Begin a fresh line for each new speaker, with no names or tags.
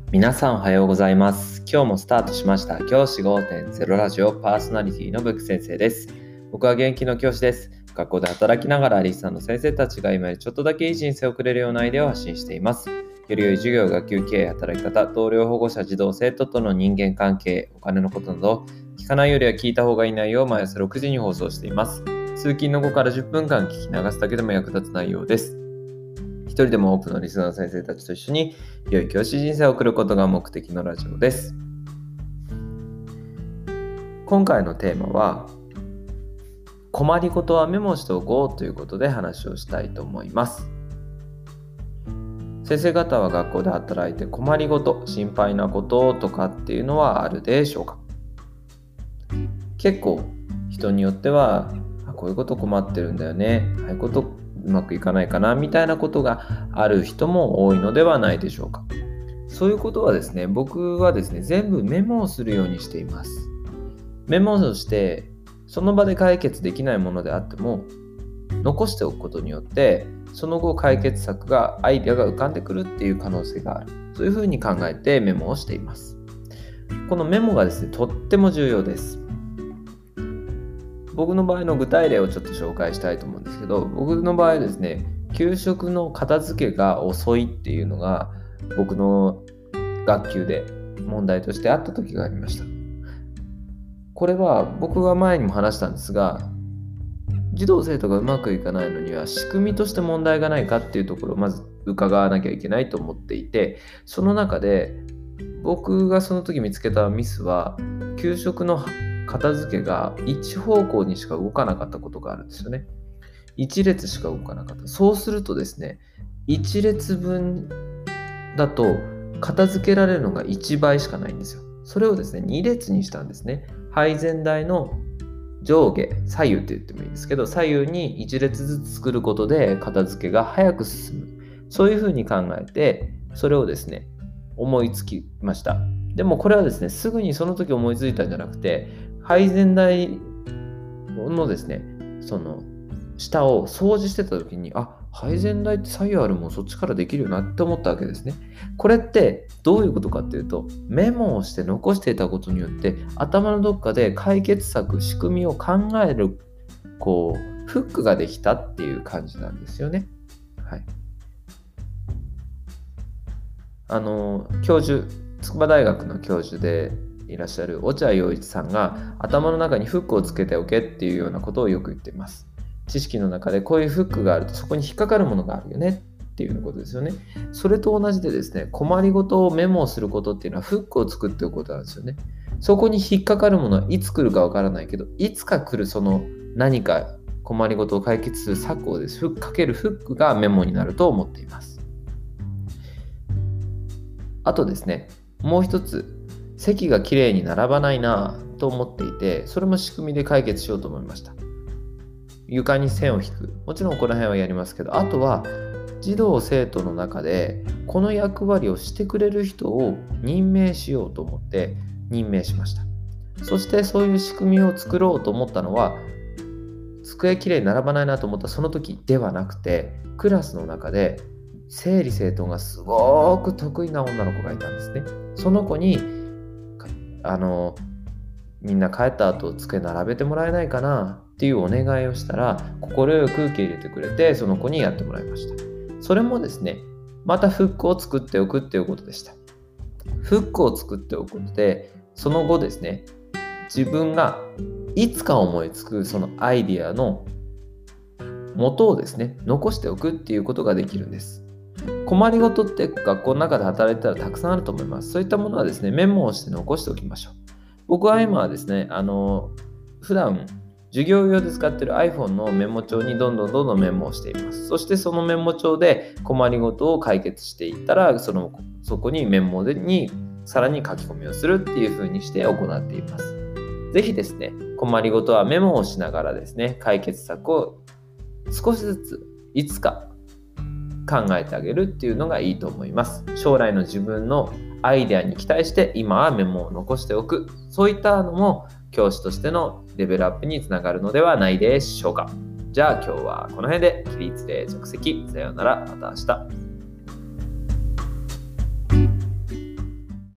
皆さんおはようございます。今日もスタートしました教師 5.0 ラジオパーソナリティのブック先生です。僕は現役の教師です。学校で働きながらリスナーの先生たちが今よりちょっとだけいい人生を送れるようなアイデアを発信しています。より良い授業、学級経営、働き方、同僚、保護者、児童、生徒との人間関係、お金のことなど聞かないよりは聞いた方がいい内容を毎朝6時に放送しています。通勤の後から10分間聞き流すだけでも役立つ内容です。一人でも多くのリスナーの先生たちと一緒に良い教師人生を送ることが目的のラジオです。今回のテーマは困りごとはメモしておこうということで話をしたいと思います。先生方は学校で働いて困りごと、心配なこととかっていうのはあるでしょうか？結構人によってはこういうこと困ってるんだよね、ああいうことうまくいかないかなみたいなことがある人も多いのではないでしょうか。そういうことはですね、僕はですね、全部メモをするようにしています。メモをしてその場で解決できないものであっても残しておくことによってその後解決策がアイデアが浮かんでくるっていう可能性がある。そういうふうに考えてメモをしています。このメモがですね、とっても重要です。僕の場合の具体例をちょっと紹介したいと思うんですけど、僕の場合ですね、給食の片付けが遅いっていうのが僕の学級で問題としてあった時がありました。これは僕が前にも話したんですが、児童生徒がうまくいかないのには仕組みとして問題がないかっていうところをまず伺わなきゃいけないと思っていて、その中で僕がその時見つけたミスは給食の片付けが一方向にしか動かなかったことがあるんですよね。一列しか動かなかった。そうするとですね、一列分だと片付けられるのが1倍しかないんですよ。それをですね、2列にしたんですね。配膳台の上下、左右って言ってもいいですけど、左右に1列ずつ作ることで片付けが早く進む。そういうふうに考えて、それをですね、思いつきました。でもこれはですね、すぐにその時思いついたんじゃなくて、配膳台のですね、その下を掃除してた時に、配膳台って左右あるもん、そっちからできるよなって思ったわけですね。これってどういうことかっていうと、メモをして残していたことによって頭のどっかで解決策、仕組みを考えるフックができたっていう感じなんですよね。はい。教授、筑波大学の教授でいらっしゃる落合陽一さんが頭の中にフックをつけておけっていうようなことをよく言っています。知識の中でこういうフックがあるとそこに引っかかるものがあるよねっていうことですよね。それと同じでですね、困りごとをメモをすることっていうのはフックを作っておくことなんですよね。そこに引っかかるものはいつ来るかわからないけど、いつか来るその何か困りごとを解決する策をですかけるフックがメモになると思っています。あとですね、もう一つ、席がきれいに並ばないなと思っていて、それも仕組みで解決しようと思いました。床に線を引く。もちろんこの辺はやりますけど、あとは児童生徒の中でこの役割をしてくれる人を任命しようと思って任命しました。そしてそういう仕組みを作ろうと思ったのは、机きれいに並ばないなと思ったその時ではなくて、クラスの中で整理整頓がすごく得意な女の子がいたんですね。その子にみんな帰った後机並べてもらえないかなっていうお願いをしたら、快く受け入れてくれて、その子にやってもらいました。それもですね、またフックを作っておくっていうことでした。フックを作っておくことで、その後ですね、自分がいつか思いつくそのアイディアの元をですね、残しておくっていうことができるんです。困りごとって学校の中で働いてたらたくさんあると思います。そういったものはですね、メモをして残しておきましょう。僕は今はですね、普段授業用で使っている iPhone のメモ帳にどんどんメモをしています。そしてそのメモ帳で困りごとを解決していったら、そこにメモにさらに書き込みをするっていう風にして行っています。ぜひですね、困りごとはメモをしながらですね、解決策を少しずついつか考えてあげるっていうのがいいと思います。将来の自分のアイデアに期待して今はメモを残しておく。そういったのも教師としてのレベルアップにつながるのではないでしょうか。じゃあ今日はこの辺で起立例着席。さようなら。また明日。